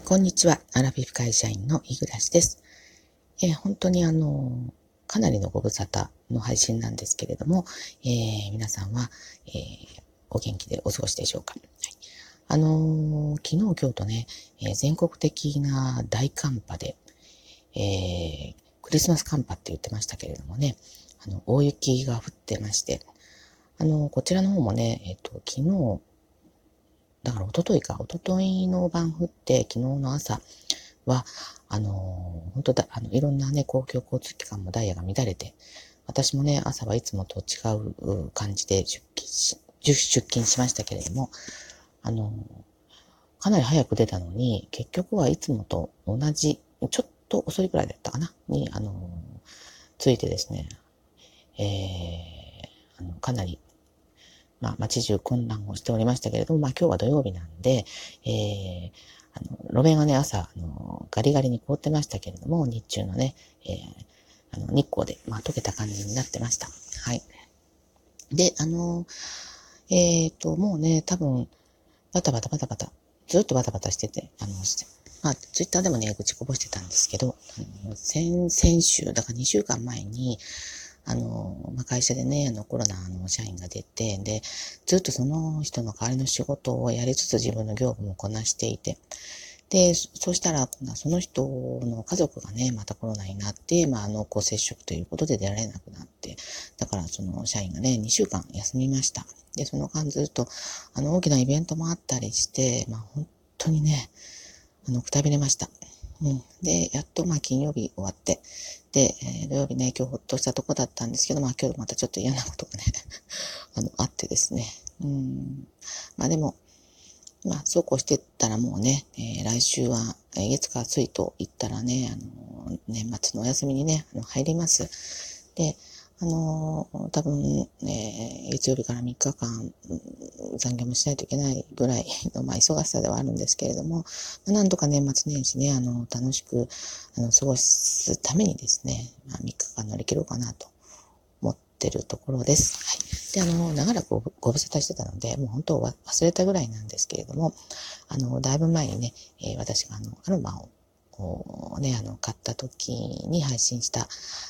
こんにちは。アラフィフ会社員のイグラシです。本当にかなりのご無沙汰の配信なんですけれども、皆さんは、お元気でお過ごしでしょうか。はい、昨日今日とね、全国的な大寒波で、クリスマス寒波って言ってましたけれどもね、大雪が降ってまして、こちらの方もね、昨日、だから一昨日の晩降って、昨日の朝は、本当だ、いろんなね、公共交通機関もダイヤが乱れて、私もね、朝はいつもと違う感じで出勤しましたけれども、かなり早く出たのに、結局はいつもと同じ、ちょっと遅いくらいだったかな、に、ついてですね、かなり、街中混乱をしておりましたけれども、今日は土曜日なんで、路面がね、朝、ガリガリに凍ってましたけれども、日中のね、日光で、溶けた感じになってました。はい。で、もうね、多分、バタバタ、ずっとバタバタしてて、ツイッターでもね、愚痴こぼしてたんですけど、先週、だから2週間前に、会社でね、コロナの社員が出て、で、ずっとその人の代わりの仕事をやりつつ自分の業務もこなしていて、で、そうしたら、その人の家族がね、またコロナになって、濃厚接触ということで出られなくなって、だからその社員がね、2週間休みました。で、その間ずっと、大きなイベントもあったりして、本当にね、くたびれました。で、やっと金曜日終わって、で、土曜日ね、今日ほっとしたとこだったんですけど、今日またちょっと嫌なことがね、あってですね。でも、そうこうしてったらもうね、来週は、月火水と言ったらね、年末のお休みにね、入ります。で、多分、月曜日から3日間、残業もしないといけないぐらいの、忙しさではあるんですけれども、なんとか年末年始ね、楽しく、過ごすためにですね、3日間乗り切ろうかなと思ってるところです。はい。で、長らくご無沙汰してたので、もう本当は忘れたぐらいなんですけれども、だいぶ前にね、私がアロマを、買った時に配信した、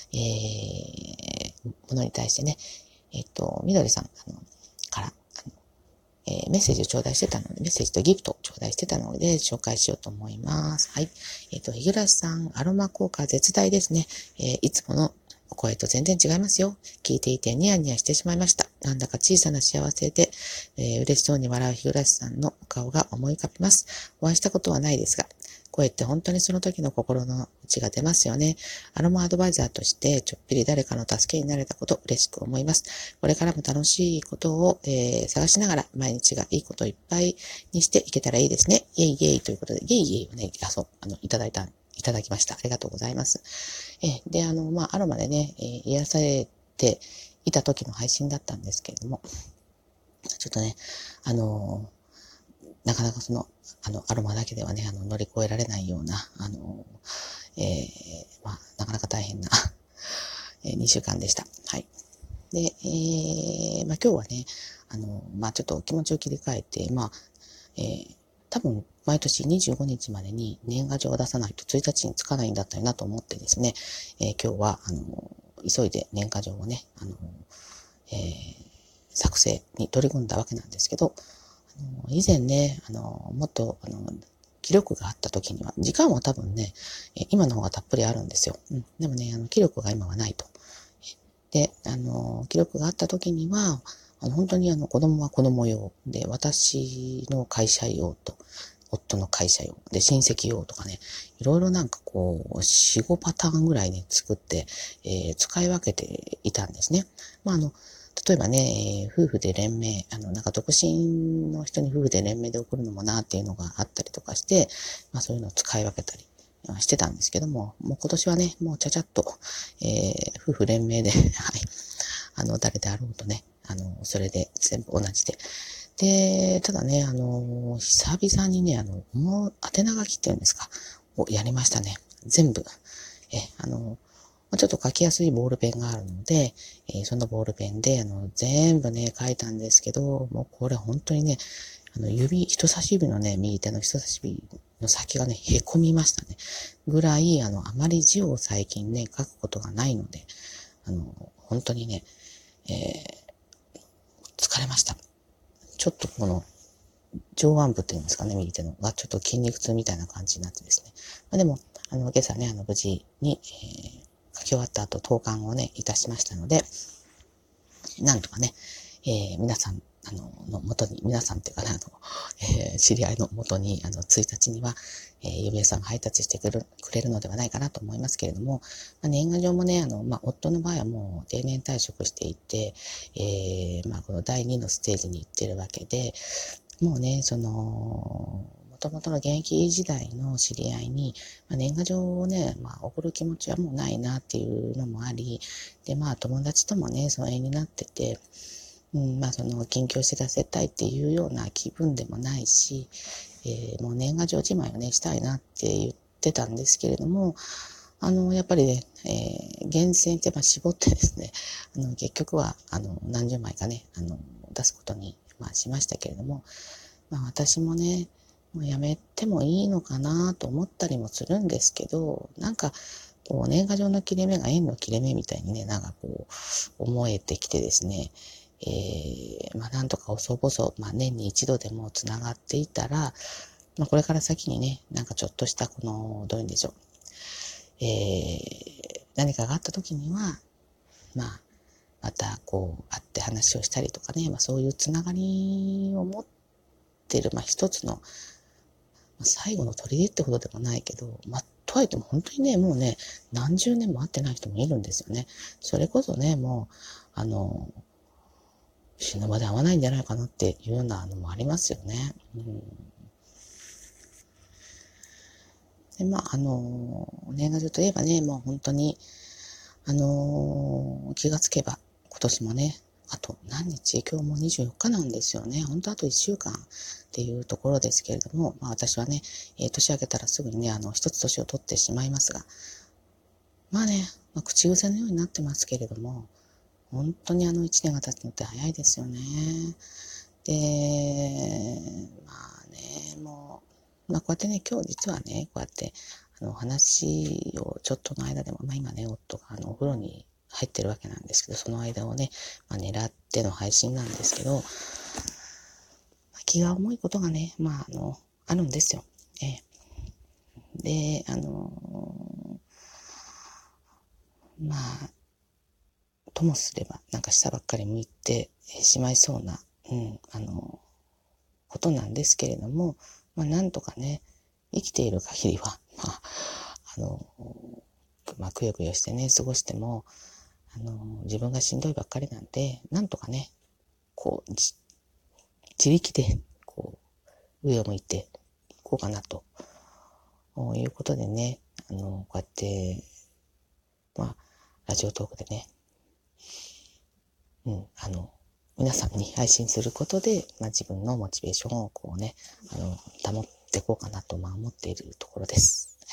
ものに対してね、みどりさん、から、メッセージを頂戴してたので、メッセージとギフトを頂戴してたので、紹介しようと思います。はい。日暮さん、アロマ効果絶大ですね。いつものお声と全然違いますよ。聞いていてニヤニヤしてしまいました。なんだか小さな幸せで、嬉しそうに笑う日暮さんのお顔が思い浮かびます。お会いしたことはないですが、声って本当にその時の心の内が出ますよね。アロマアドバイザーとしてちょっぴり誰かの助けになれたこと嬉しく思います。これからも楽しいことを、探しながら毎日がいいこといっぱいにしていけたらいいですね。イェイイェイということで、イェイイェイをね、いただきました。ありがとうございます。で、アロマでね、癒されていた時の配信だったんですけれども、ちょっとね、なかなかアロマだけではね、乗り越えられないような、なかなか大変な2週間でした。はい。で、今日はね、ちょっと気持ちを切り替えて、多分、毎年25日までに年賀状を出さないと1日につかないんだったよなと思ってですね、今日は、急いで年賀状をね、作成に取り組んだわけなんですけど、以前ね、もっと、気力があった時には、時間は多分ね、今の方がたっぷりあるんですよ。でもね、気力が今はないと。で、気力があった時には、本当に子供は子供用で、私の会社用と、夫の会社用で、親戚用とかね、いろいろ4、5パターンぐらいね、作って、使い分けていたんですね。例えばね、夫婦で連名、独身の人に夫婦で連名で送るのもなっていうのがあったりとかして、そういうのを使い分けたりしてたんですけども、もう今年はね、もうちゃちゃっと、夫婦連名で、はい、誰であろうとね、それで全部同じで。で、ただね、久々にね、もう宛名書きっていうんですか、をやりましたね。全部。ちょっと書きやすいボールペンがあるので、そのボールペンで、全部ね、書いたんですけど、もうこれ本当にね、人差し指のね、右手の人差し指の先がね、へこみましたね。ぐらい、あまり字を最近ね、書くことがないので、本当にね、疲れました。ちょっとこの、上腕部っていうんですかね、右手のが、ちょっと筋肉痛みたいな感じになってですね。でも、今朝ね、無事に、書き終わった後、投函をね、いたしましたので、なんとかね、皆さん、の元に、皆さんっていうかな、知り合いの元に、1日には、郵便さんが配達してくれるのではないかなと思いますけれども、年賀状もね、夫の場合はもう定年退職していて、この第2のステージに行ってるわけで、もうね、元々の現役時代の知り合いに、年賀状をね、送る気持ちはもうないなっていうのもあり、で、友達ともね、疎遠になってて、近況知らせたいっていうような気分でもないし、もう年賀状じまいをね、したいなって言ってたんですけれども、やっぱりね、厳選って絞ってですね、結局は、何十枚かね、出すことに、しましたけれども、私もね、もうやめてもいいのかなと思ったりもするんですけど、なんか、こう、年賀状の切れ目が縁の切れ目みたいにね、なんかこう、思えてきてですね、なんとか細々、年に一度でもつながっていたら、これから先にね、なんかちょっとしたこの、どういうんでしょう、何かがあった時には、またこう、会って話をしたりとかね、そういうつながりを持ってる、一つの、最後の砦ってほどでもないけど、とはいっても本当にね、もうね、何十年も会ってない人もいるんですよね。それこそね、もう、死ぬまで会わないんじゃないかなっていうようなのもありますよね。で、年賀状といえばね、もう本当に、気がつけば、今年もね、あと何日、今日も24日なんですよね。本当あと1週間っていうところですけれども、私はね、年明けたらすぐにね、一つ年を取ってしまいますが、口癖のようになってますけれども、本当に1年が経つのって早いですよね。で、もう、こうやってね、今日実はね、こうやって、話をちょっとの間でも、今ね、夫がお風呂に入ってるわけなんですけど、その間をね、狙っての配信なんですけど、気が重いことがね、あるんですよ。で、ともすれば、なんか下ばっかり向いてしまいそうな、ことなんですけれども、なんとかね、生きている限りは、くよくよしてね、過ごしても、自分がしんどいばっかりなんで、なんとかね、こう、自力で、こう、上を向いていこうかな、ということでね、こうやって、ラジオトークでね、皆さんに配信することで、自分のモチベーションをこうね、保っていこうかなと、思っているところです。はい。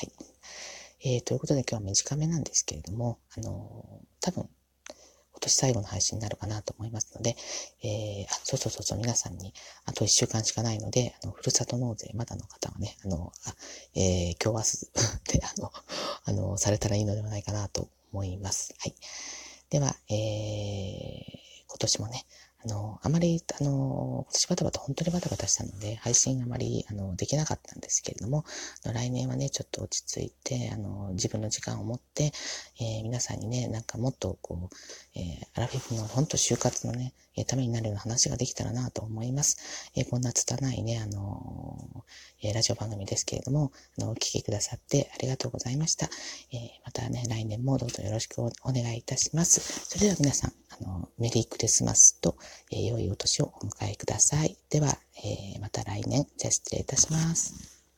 ということで今日は短めなんですけれども、多分、今年最後の配信になるかなと思いますので、そう、皆さんに、あと1週間しかないので、ふるさと納税まだの方はね、今日明日で、されたらいいのではないかなと思います。はい。では、今年もね、あまり、今年本当にバタバタしたので、配信あまり、できなかったんですけれども、来年はね、ちょっと落ち着いて、自分の時間を持って、皆さんにね、なんかもっと、こう、アラフィフの本当就活のね、ためになるような話ができたらなと思います。こんな拙いね、ラジオ番組ですけれども、お聞きくださってありがとうございました。またね、来年もどうぞよろしくお願いいたします。それでは皆さん、メリークリスマスと、良いお年をお迎えください。では、また来年、じゃあ失礼いたします。